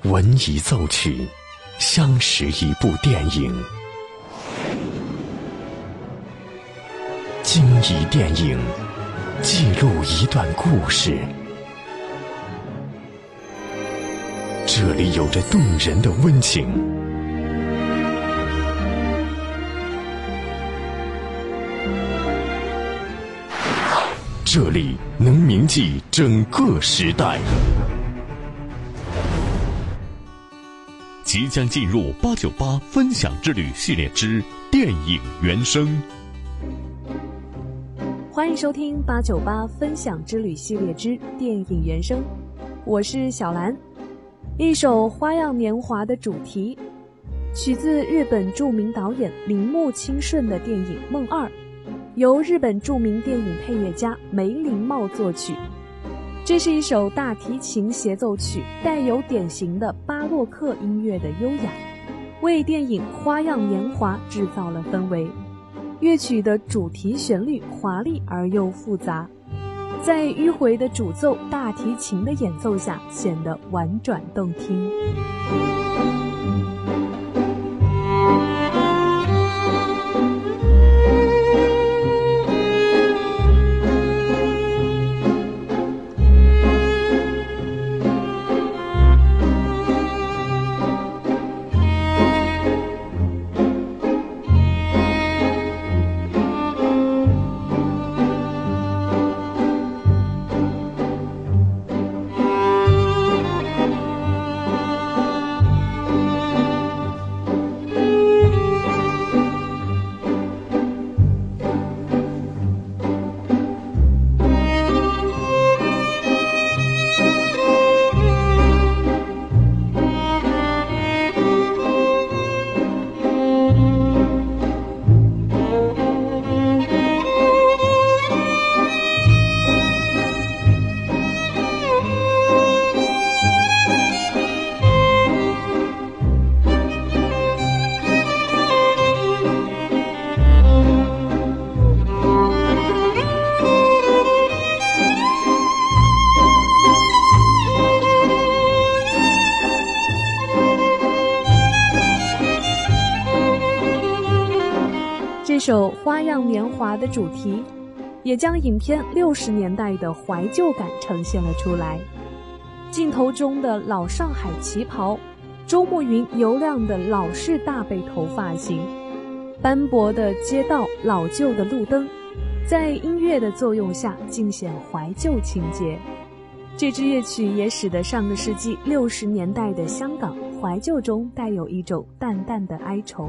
闻一奏曲，相识一部电影。经一电影，记录一段故事。这里有着动人的温情，这里能铭记整个时代。 即将进入898分享之旅系列之电影原声。 欢迎收听898分享之旅系列之电影原声，我是小兰。一首《花样年华》的主题，取自日本著名导演铃木清顺的电影《梦二》，由日本著名电影配乐家梅林茂作曲。这是一首大提琴协奏曲，带有典型的巴洛克音乐的优雅，为电影《花样年华》制造了氛围。乐曲的主题旋律华丽而又复杂，在迂回的主奏大提琴的演奏下，显得婉转动听。这首《花样年华》的主题，也将影片60年代的怀旧感呈现了出来。镜头中的老上海旗袍，周慕云油亮的老式大背头发型，斑驳的街道，老旧的路灯，在音乐的作用下尽显怀旧情节。这支乐曲也使得上个世纪60年代的香港怀旧中带有一种淡淡的哀愁。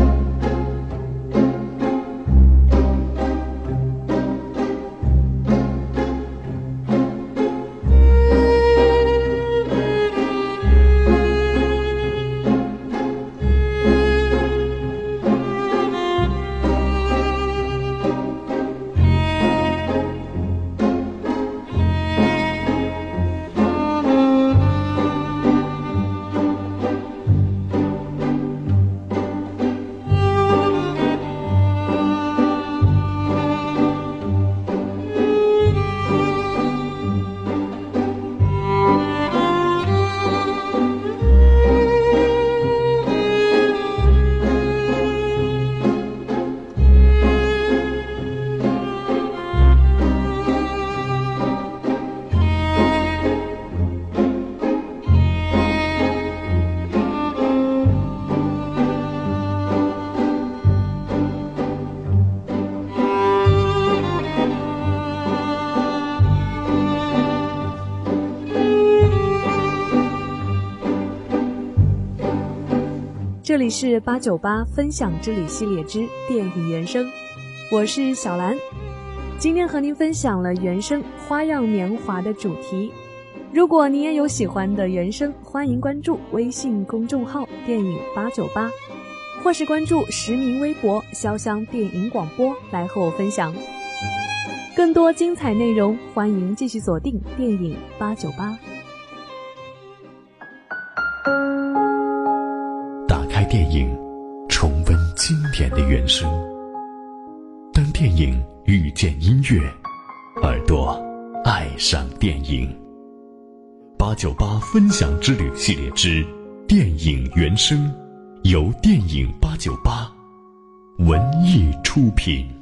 这里是898分享之旅系列之电影原声，我是小兰。今天和您分享了原声《花样年华》的主题。如果你也有喜欢的原声，欢迎关注微信公众号电影898，或是关注实名微博潇湘电影广播来和我分享。更多精彩内容，欢迎继续锁定电影898。 打开电影，重温经典的原声。当电影遇见音乐，耳朵爱上电影。 898分享之旅系列之电影原声，由电影898文艺出品。